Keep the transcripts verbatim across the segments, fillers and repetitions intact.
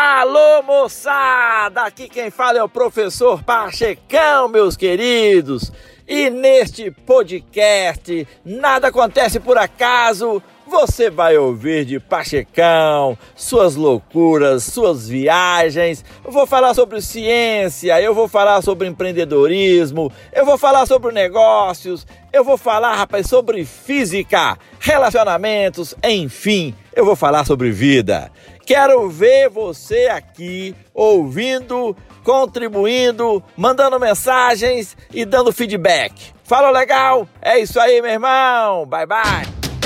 Alô, moçada! Aqui quem fala é o professor Pachecão, meus queridos. E neste podcast, nada acontece por acaso. Você vai ouvir de Pachecão, suas loucuras, suas viagens. Eu vou falar sobre ciência, eu vou falar sobre empreendedorismo, eu vou falar sobre negócios, eu vou falar, rapaz, sobre física, relacionamentos, enfim, eu vou falar sobre vida. Quero ver você aqui ouvindo, contribuindo, mandando mensagens e dando feedback. Fala legal? É isso aí, meu irmão. Bye, bye.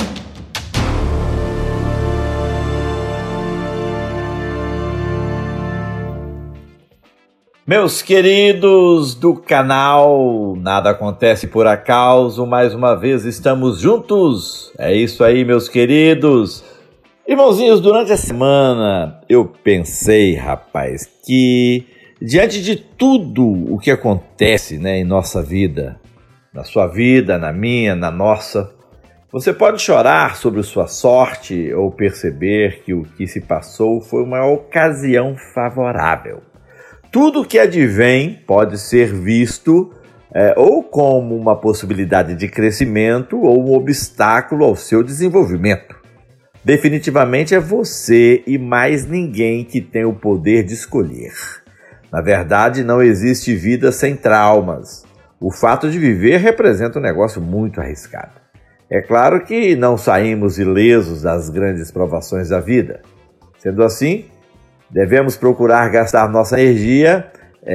Meus queridos do canal Nada Acontece Por Acaso, mais uma vez estamos juntos. É isso aí, meus queridos. Irmãozinhos, durante a semana eu pensei, rapaz, que diante de tudo o que acontece, né, em nossa vida, na sua vida, na minha, na nossa, você pode chorar sobre sua sorte ou perceber que o que se passou foi uma ocasião favorável. Tudo que advém pode ser visto é, ou como uma possibilidade de crescimento ou um obstáculo ao seu desenvolvimento. Definitivamente é você e mais ninguém que tem o poder de escolher. Na verdade, não existe vida sem traumas. O fato de viver representa um negócio muito arriscado. É claro que não saímos ilesos das grandes provações da vida. Sendo assim, devemos procurar gastar nossa energia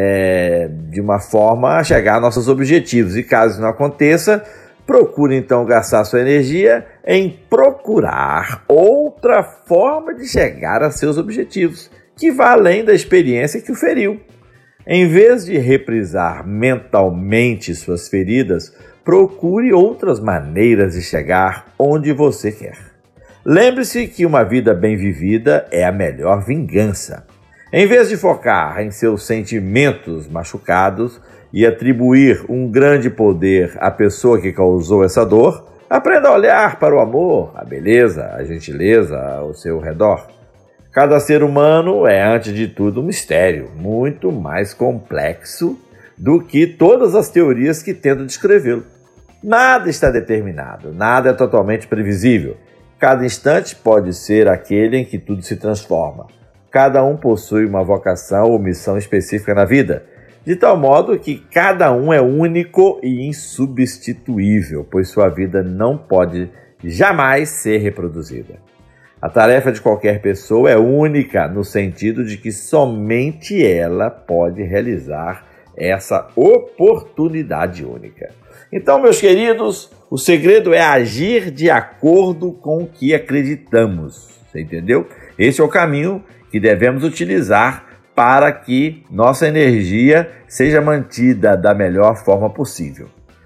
é, de uma forma a chegar a nossos objetivos. E caso não aconteça, procure então gastar sua energia em procurar outra forma de chegar a seus objetivos, que vá além da experiência que o feriu. Em vez de reprisar mentalmente suas feridas, procure outras maneiras de chegar onde você quer. Lembre-se que uma vida bem vivida é a melhor vingança. Em vez de focar em seus sentimentos machucados e atribuir um grande poder à pessoa que causou essa dor, aprenda a olhar para o amor, a beleza, a gentileza ao seu redor. Cada ser humano é, antes de tudo, um mistério muito mais complexo do que todas as teorias que tentam descrevê-lo. Nada está determinado, nada é totalmente previsível. Cada instante pode ser aquele em que tudo se transforma. Cada um possui uma vocação ou missão específica na vida, de tal modo que cada um é único e insubstituível, pois sua vida não pode jamais ser reproduzida. A tarefa de qualquer pessoa é única no sentido de que somente ela pode realizar essa oportunidade única. Então, meus queridos, o segredo é agir de acordo com o que acreditamos. Você entendeu? Esse é o caminho que devemos utilizar para que nossa energia seja mantida da melhor forma possível.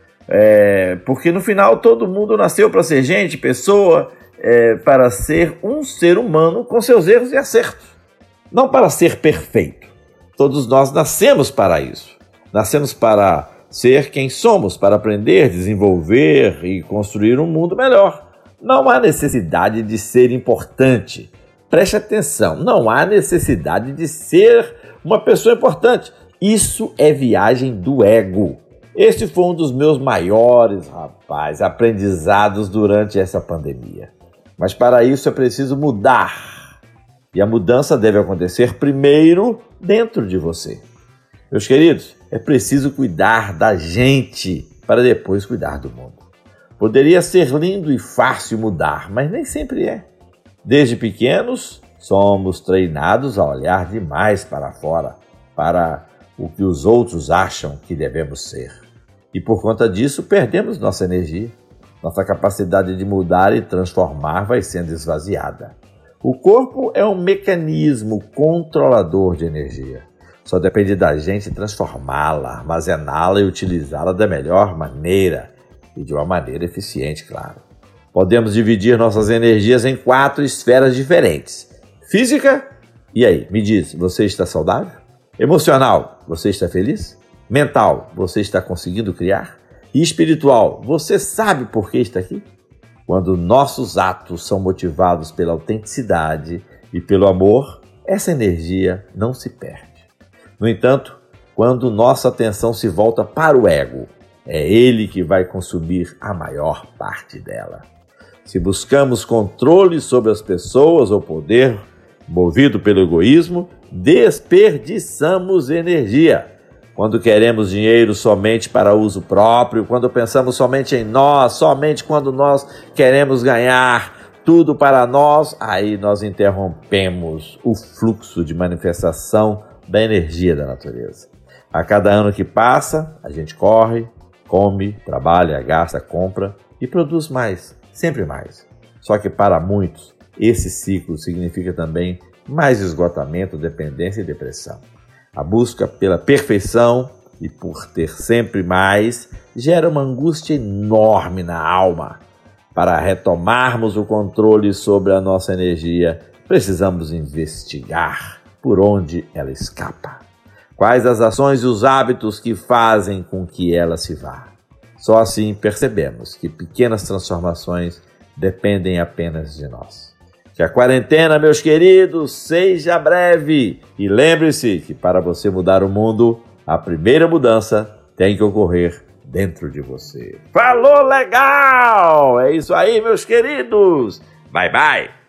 É, porque no final todo mundo nasceu para ser gente, pessoa, é, para ser um ser humano com seus erros e acertos. Não para ser perfeito. Todos nós nascemos para isso. Nascemos para ser quem somos, para aprender, desenvolver e construir um mundo melhor. Não há necessidade de ser importante. Preste atenção, não há necessidade de ser uma pessoa importante. Isso é viagem do ego. Este foi um dos meus maiores, rapaz, aprendizados durante essa pandemia. Mas para isso é preciso mudar. E a mudança deve acontecer primeiro dentro de você. Meus queridos, é preciso cuidar da gente para depois cuidar do mundo. Poderia ser lindo e fácil mudar, mas nem sempre é. Desde pequenos, somos treinados a olhar demais para fora, para o que os outros acham que devemos ser. E por conta disso, perdemos nossa energia. Nossa capacidade de mudar e transformar vai sendo esvaziada. O corpo é um mecanismo controlador de energia. Só depende da gente transformá-la, armazená-la e utilizá-la da melhor maneira e de uma maneira eficiente, claro. Podemos dividir nossas energias em quatro esferas diferentes. Física, e aí, me diz, você está saudável? Emocional, você está feliz? Mental, você está conseguindo criar? E espiritual, você sabe por que está aqui? Quando nossos atos são motivados pela autenticidade e pelo amor, essa energia não se perde. No entanto, quando nossa atenção se volta para o ego, é ele que vai consumir a maior parte dela. Se buscamos controle sobre as pessoas ou poder, movido pelo egoísmo, desperdiçamos energia. Quando queremos dinheiro somente para uso próprio, quando pensamos somente em nós, somente quando nós queremos ganhar tudo para nós, aí nós interrompemos o fluxo de manifestação da energia da natureza. A cada ano que passa, a gente corre, come, trabalha, gasta, compra e produz mais, sempre mais. Só que para muitos, esse ciclo significa também mais esgotamento, dependência e depressão. A busca pela perfeição e por ter sempre mais gera uma angústia enorme na alma. Para retomarmos o controle sobre a nossa energia, precisamos investigar por onde ela escapa. Quais as ações e os hábitos que fazem com que ela se vá. Só assim percebemos que pequenas transformações dependem apenas de nós. Que a quarentena, meus queridos, seja breve. E lembre-se que para você mudar o mundo, a primeira mudança tem que ocorrer dentro de você. Falou legal! É isso aí, meus queridos! Bye, bye!